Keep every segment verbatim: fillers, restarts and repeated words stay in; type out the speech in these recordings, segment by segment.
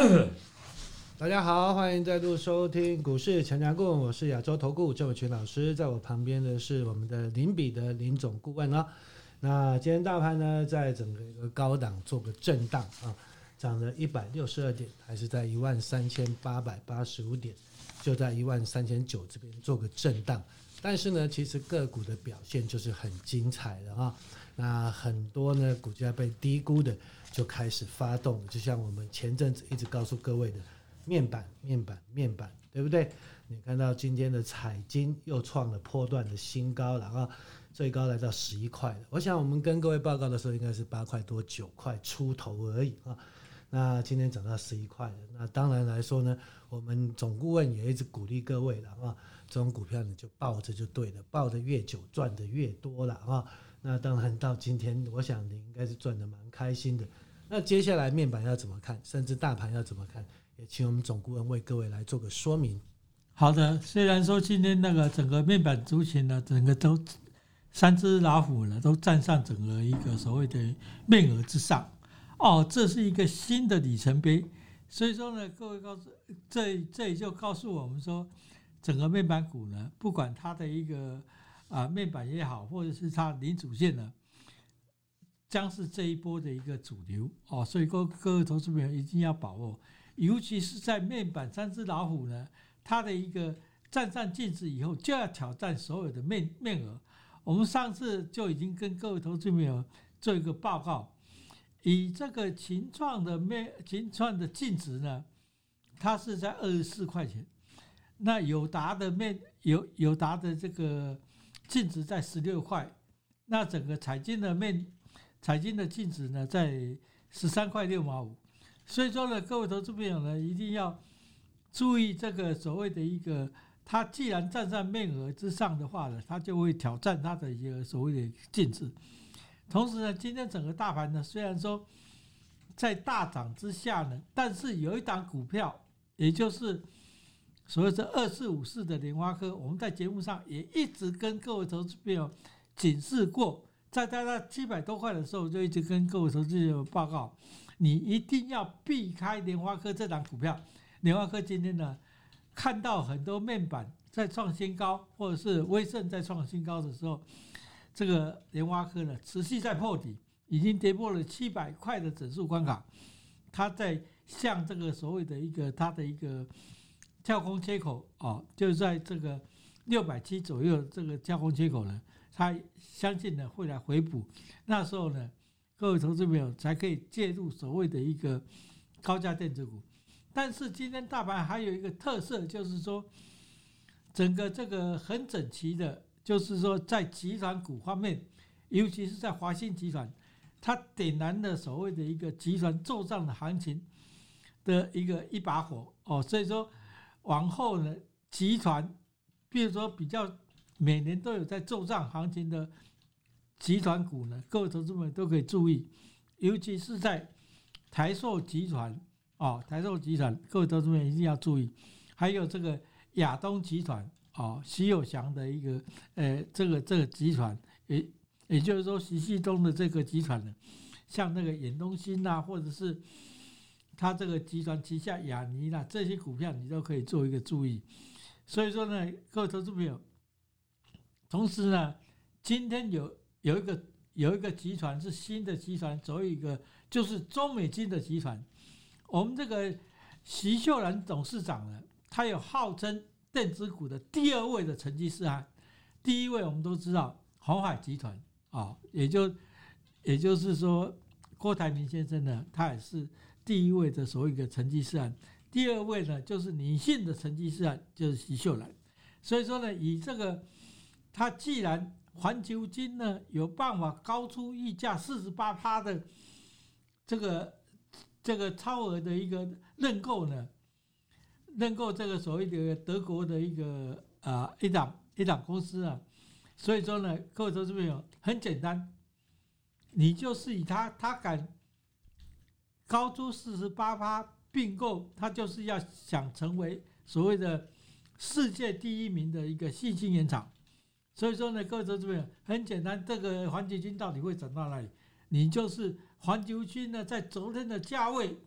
大家好，欢迎再度收听股市强强顾问，我是亚洲投顾郑伟群老师，在我旁边的是我们的林彼得林总顾问啊。那今天大盘呢，在整个一个高档做个震荡啊，涨了一百六十二点，还是在一万三千八百八十五点，就在一万三千九这边做个震荡。但是呢，其实个股的表现就是很精彩的啊。那很多呢股价被低估的就开始发动了，就像我们前阵子一直告诉各位的面板面板面板，对不对？你看到今天的彩晶又创了波段的新高了啊，最高来到十一块了。我想我们跟各位报告的时候应该是八块多九块出头而已啊。那今天涨到十一块了，那当然来说呢，我们总顾问也一直鼓励各位了啊，这种股票你就抱着就对了，抱得越久赚得越多了啊。那当然到今天，我想你应该是赚得蛮开心的。那接下来面板要怎么看，甚至大盘要怎么看，也请我们总顾问为各位来做个说明。 好的，虽然说今天那个整个面板族群呢，整个都三只老虎呢都站上整个一个所谓的面额之上，哦，这是一个新的里程碑。所以说呢，各位告诉这这也就告诉我们说，整个面板股呢，不管它的一个啊面板也好，或者是它零组件呢，将是这一波的一个主流哦。所以各各位投资朋友一定要把握，尤其是在面板三只老虎呢，它的一个站上镜子以后，就要挑战所有的面面额。我们上次就已经跟各位投资朋友做一个报告，以这个秦创的面秦创的净值呢，它是在二十四块钱。那友达的面友友达的这个净值在十六块，那整个彩晶的面彩晶的净值呢在十三块六毛五。所以说呢，各位投资朋友呢一定要注意这个所谓的一个，它既然站在面额之上的话呢，它就会挑战它的一个所谓的净值。同时呢，今天整个大盘呢虽然说在大涨之下呢，但是有一档股票，也就是所谓的二四五四的联发科，我们在节目上也一直跟各位投资朋友警示过，在大概七百多块的时候，就一直跟各位投资朋友报告，你一定要避开联发科这档股票。联发科今天呢，看到很多面板在创新高，或者是威盛在创新高的时候，这个联发科呢持续在破底，已经跌破了七百块的整数关卡，它在向这个所谓的一个它的一个跳空缺口哦，就在这个六百七左右这个跳空缺口呢，它相信呢会来回补，那时候呢，各位投资朋友才可以介入所谓的一个高价电子股。但是今天大盘还有一个特色，就是说整个这个很整齐的，就是说在集团股方面，尤其是在华新集团，它点燃了所谓的一个集团做账的行情的一个一把火哦。所以说往后呢，集团比如说比较每年都有在做账行情的集团股呢，各位投资们都可以注意，尤其是在台塑集团哦，台塑集团，各位投资们一定要注意。还有这个亚东集团哦，徐有祥的一个呃，这个这个集团，也也就是说徐旭东的这个集团呢，像那个远东新啊，或者是他这个集团旗下亚尼啦，这些股票你都可以做一个注意。所以说呢，各位投资朋友，同时呢，今天有有一个有一个集团是新的集团，走一个就是中美金的集团。我们这个徐秀兰董事长呢，他有号称电子股的第二位的成绩是啊，第一位我们都知道鸿海集团啊、哦，也就也就是说郭台铭先生呢，他也是第一位的所谓的成绩是案，第二位呢就是女性的成绩是案，就是徐秀兰。所以说呢，以这个他既然环球金呢有办法高出溢价 百分之四十八 的这个这个超额的一个认购呢，认购这个所谓的德国的一个啊、呃、一档一档公司啊，所以说呢，各位投资朋友很简单，你就是以他他敢高出 百分之四十八 并购，他就是要想成为所谓的世界第一名的一个信心原厂。所以说呢，各位投资朋友很简单，这个环球金到底会涨到哪里？你就是环球金呢，在昨天的价位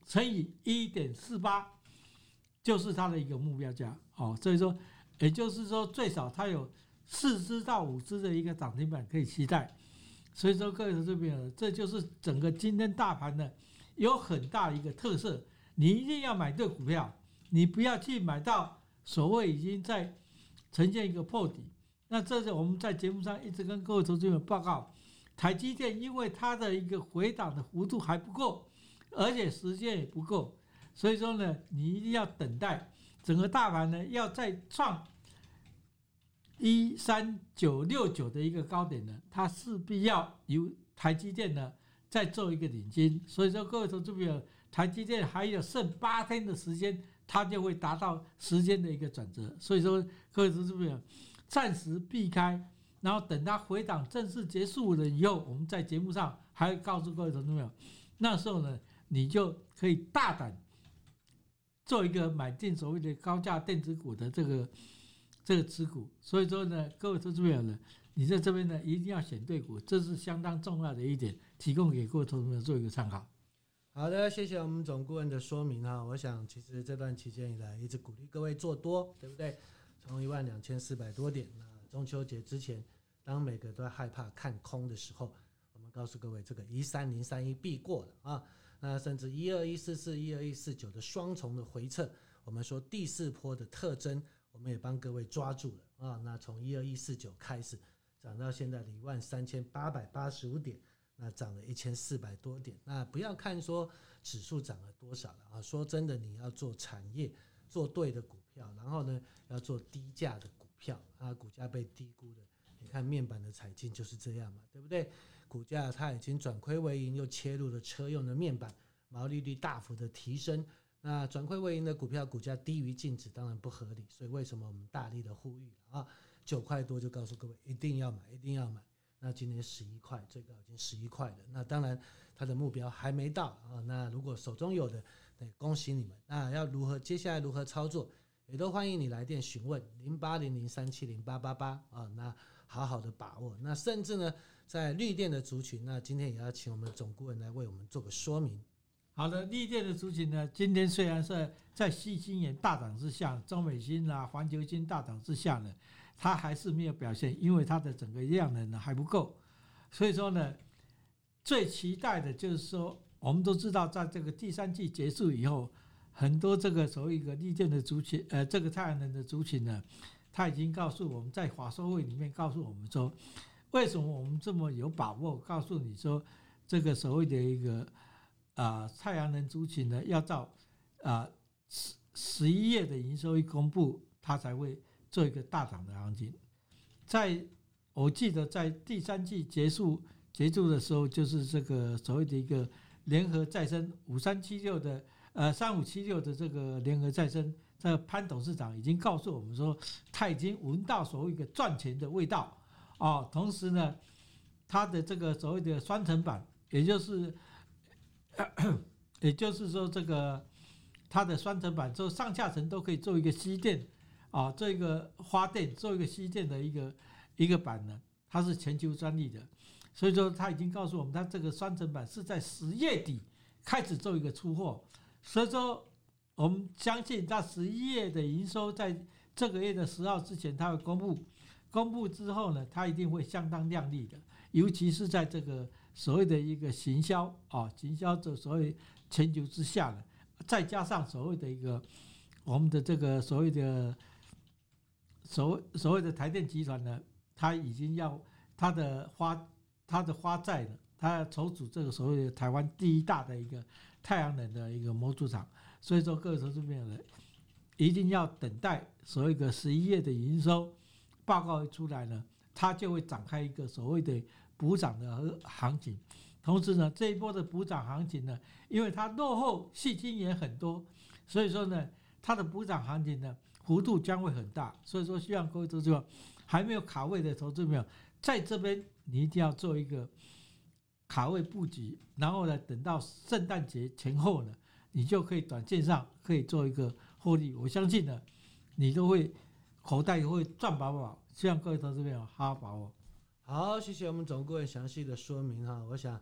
乘以 一点四八， 就是它的一个目标价哦。所以说，也就是说最少它有四只到五只的一个涨停板可以期待。所以说各位投资朋友，这就是整个今天大盘呢有很大的一个特色，你一定要买对股票，你不要去买到所谓已经在呈现一个破底。那这是我们在节目上一直跟各位投资朋友报告，台积电因为它的一个回档的幅度还不够，而且时间也不够，所以说呢，你一定要等待整个大盘呢要再创一三九六九的一个高点呢，它势必要由台积电呢再做一个领军。所以说各位投资朋友，台积电还有剩八天的时间，它就会达到时间的一个转折。所以说各位投资朋友，暂时避开，然后等它回档正式结束了以后，我们在节目上还会告诉各位投资朋友，那时候呢你就可以大胆做一个买进所谓的高价电子股的这个这个持股。所以说呢，各位投资朋友呢，你在这边呢一定要选对股，这是相当重要的一点，提供给各位投资朋友做一个参考。 好的，谢谢我们总顾问的说明哈。我想其实这段期间以来一直鼓励各位做多，对不对？从一万两千四百多点，那中秋节之前，当每个都在害怕看空的时候，我们告诉各位这个一三零三一必过了啊。那甚至一二一四四、一二一四九的双重的回撤，我们说第四波的特征，我们也帮各位抓住了啊。那从一二一四九开始涨到现在的一万三千八百八十五点，那涨了一千四百多点。那不要看说指数涨了多少了啊，说真的，你要做产业，做对的股票，然后呢要做低价的股票啊，股价被低估的。你看面板的彩晶就是这样嘛，对不对？股价它已经转亏为盈，又切入了车用的面板，毛利率大幅的提升。那转亏为盈的股票股价低于净值，当然不合理。所以为什么我们大力的呼吁啊？九块多就告诉各位一定要买，一定要买。那今天十一块，最高已经十一块了。那当然它的目标还没到啊。那如果手中有的，对，恭喜你们。那要如何接下来如何操作？也都欢迎你来电询问零八零零三七零八八八啊，那好好的把握。那甚至呢，在绿电的族群，那今天也要请我们总顾问来为我们做个说明。 好的，绿电的族群呢，今天虽然是在矽晶圆大涨之下，中美晶啊、环球晶大涨之下呢，它还是没有表现，因为它的整个量能呢还不够。所以说呢，最期待的就是说，我们都知道，在这个第三季结束以后，很多这个所谓一个绿电的族群，呃，这个太阳能的族群呢，他已经告诉我们在法说会里面告诉我们说，为什么我们这么有把握告诉你说，这个所谓的一个啊、呃、太阳能族群呢，要到啊十十一月的营收一公布，它才会做一个大涨的行情。在我记得在第三季结束结束的时候，就是这个所谓的一个联合再生五三七六的。呃，三五七六的这个联合再生，这个潘董事长已经告诉我们说，他已经闻到所谓一个赚钱的味道哦。同时呢，他的这个所谓的双层板，也就是，也就是说这个它的双层板之后上下层都可以做一个吸电啊，做一个发电，做一个吸电的一个一个板呢，它是全球专利的。所以说他已经告诉我们，他这个双层板是在十月底开始做一个出货。所以说，我们相信在十一月的营收，在这个月的十号之前，它会公布。公布之后呢，它一定会相当亮丽的，尤其是在这个所谓的一个行销啊，行销这所谓全球之下呢，再加上所谓的一个我们的这个所谓的所谓所谓的台电集团呢，它已经要它的花它的花债呢。它要筹组这个所谓的台湾第一大的一个太阳能的一个模组厂，所以说各位投资朋友呢，一定要等待所谓的十一月的营收报告一出来呢，它就会展开一个所谓的补涨的行情。同时呢，这一波的补涨行情呢，因为它落后矽晶圆很多，所以说呢，它的补涨行情呢幅度将会很大。所以说，希望各位投资朋友还没有卡位的投资朋友，在这边你一定要做一个卡位布局，然后呢，等到圣诞节前后呢，你就可以短线上可以做一个获利。我相信呢，你都会口袋会赚饱饱。希望各位投资朋友好好把握。 好，谢谢我们总顾问详细的说明哈。我想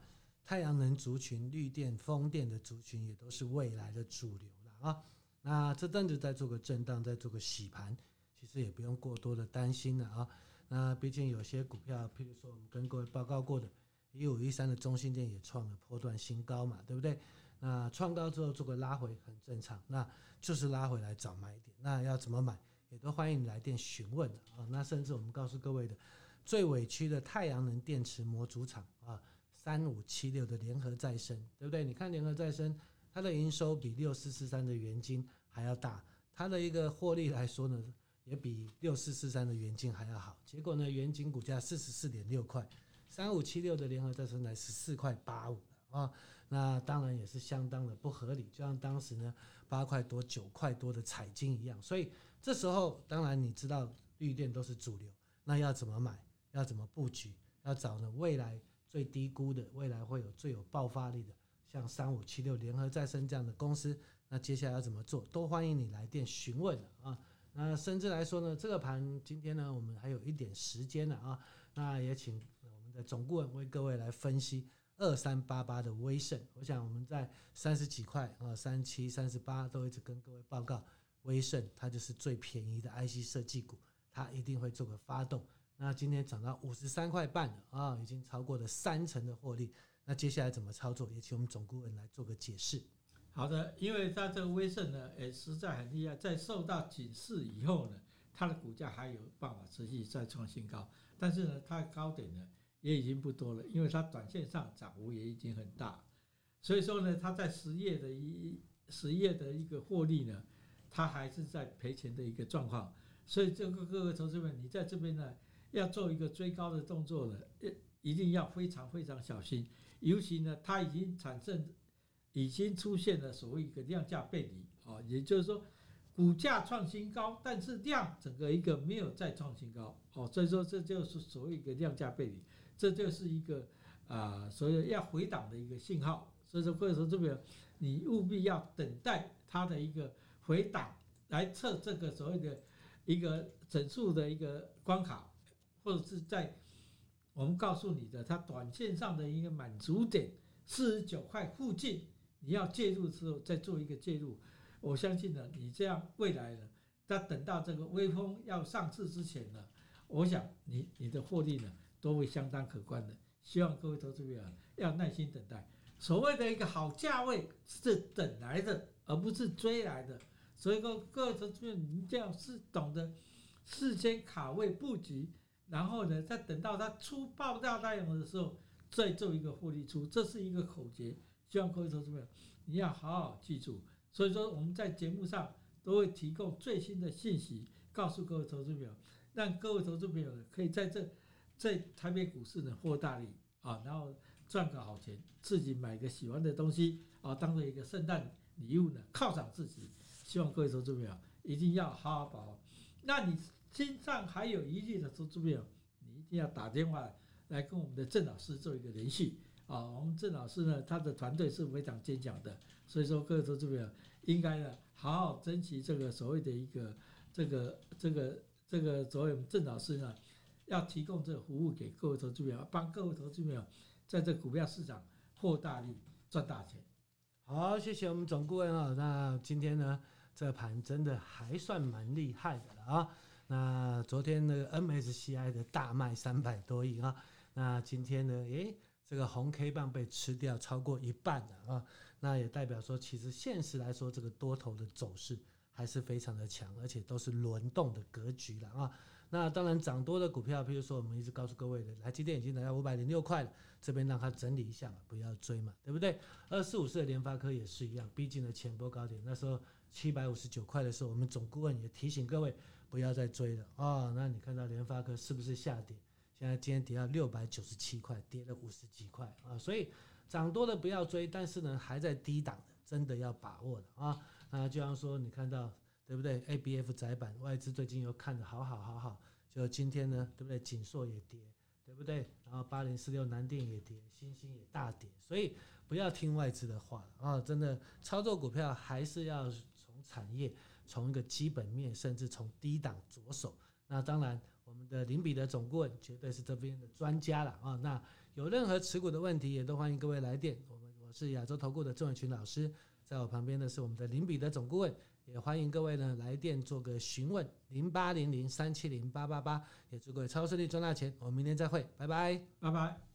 太阳能族群、绿电、风电的族群也都是未来的主流了啊。那这阵子再做个震荡，再做个洗盘，其实也不用过多的担心了啊。那毕竟有些股票，譬如说我们跟各位报告过的一五一三的中兴电也创了波段新高嘛，对不对？那创高之后做个拉回很正常，那就是拉回来找买点。那要怎么买，也都欢迎你来电询问啊。那甚至我们告诉各位的最委屈的太阳能电池模组厂啊，三五七六的联合再生，对不对？你看联合再生，它的营收比六四四三的元晶还要大，它的一个获利来说呢，也比六四四三的元晶还要好。结果呢，元晶股价四十四点六块，三五七六的联合再生才十四块八五啊，那当然也是相当的不合理，就像当时呢八块多九块多的彩晶一样。所以这时候当然你知道绿电都是主流，那要怎么买，要怎么布局，要找呢未来最低估的，未来会有最有爆发力的，像三五七六联合再生这样的公司，那接下来要怎么做，都欢迎你来电询问啊。那甚至来说呢，这个盘今天呢，我们还有一点时间了啊，那也请我们的总顾问为各位来分析二三八八的威盛。我想我们在三十几块啊，三七、三十八都一直跟各位报告，威盛它就是最便宜的 I C 设计股，它一定会做个发动。那今天涨到五十三块半了啊，已经超过了三成的获利。那接下来怎么操作，也请我们总顾问来做个解释。 好的，因为它这个威盛呢，也实在很厉害，在受到警示以后呢，它的股价还有办法持续再创新高，但是呢，它的高点呢也已经不多了，因为它短线上涨幅也已经很大，所以说呢，它在十月的一十月的一个获利呢，它还是在赔钱的一个状况，所以这个各位投资者，你在这边呢要做一个追高的动作呢，一定要非常非常小心，尤其呢，它已经产生。已经出现了所谓一个量价背离啊，也就是说，股价创新高，但是量整个一个没有再创新高哦，所以说这就是所谓一个量价背离，这就是一个啊，所以要回档的一个信号。所以说，各位投资者，你务必要等待它的一个回档来测这个所谓的一个整数的一个关卡，或者是在我们告诉你的它短线上的一个满足点四十九块附近。你要介入之后再做一个介入，我相信呢，你这样未来呢，它等到这个微风要上市之前呢，我想你你的获利呢都会相当可观的。希望各位投资者要耐心等待，所谓的一个好价位是等来的，而不是追来的。所以说各位投资者，你一定要是懂得事先卡位布局，然后呢，再等到它出爆炸太阳的时候，再做一个获利出，这是一个口诀。希望各位投资者你要好好记住，所以说我们在节目上都会提供最新的信息，告诉各位投资者，让各位投资者呢可以在这在台北股市呢获大利啊，然后赚个好钱，自己买个喜欢的东西啊，当做一个圣诞礼物呢犒赏自己。希望各位投资者一定要好好把握。那你心上还有疑虑的投资者，你一定要打电话来跟我们的郑老师做一个联系。啊，我们郑老师呢，他的团队是非常坚强的，所以说各位投资者应该呢好好珍惜这个所谓的一个这个这个这个所谓我们郑老师呢要提供这个服务给各位投资者，帮各位投资者在这股票市场获大利赚大钱。 好，谢谢我们总顾问啊。那今天呢，这盘真的还算蛮厉害的了啊。那昨天那个 M S C I 的大卖三百多亿啊，那今天呢，诶。这个红 K 棒被吃掉超过一半了啊，那也代表说，其实现实来说，这个多头的走势还是非常的强，而且都是轮动的格局了啊。那当然涨多的股票，譬如说我们一直告诉各位的，台积电已经来到五百零六块了，这边让它整理一下嘛，不要追嘛，对不对？二四五四的联发科也是一样，逼近了前波高点，那时候七百五十九块的时候，我们总顾问也提醒各位不要再追了啊、哦。那你看到联发科是不是下跌？现在今天跌到六百九十七块，跌了五十几块啊，所以涨多的不要追，但是呢还在低档的，真的要把握的啊。那就像说你看到对不对 ？A B F 载板外资最近又看得好好好好，就今天呢对不对？锦硕也跌，对不对？然后八零四六南电也跌，新兴也大跌，所以不要听外资的话了啊！真的操作股票还是要从产业、从一个基本面，甚至从低档着手。那当然， 我们的林彼得总顾问绝对是这边的专家了啊。那有任何持股的问题，也都欢迎各位来电。我们我是亚洲投顾的郑伟群老师，在我旁边的是我们的林彼得总顾问，也欢迎各位呢来电做个询问，零八零零三七零八八八，也祝各位超顺利赚大钱。我们明天再会，拜拜， 拜拜。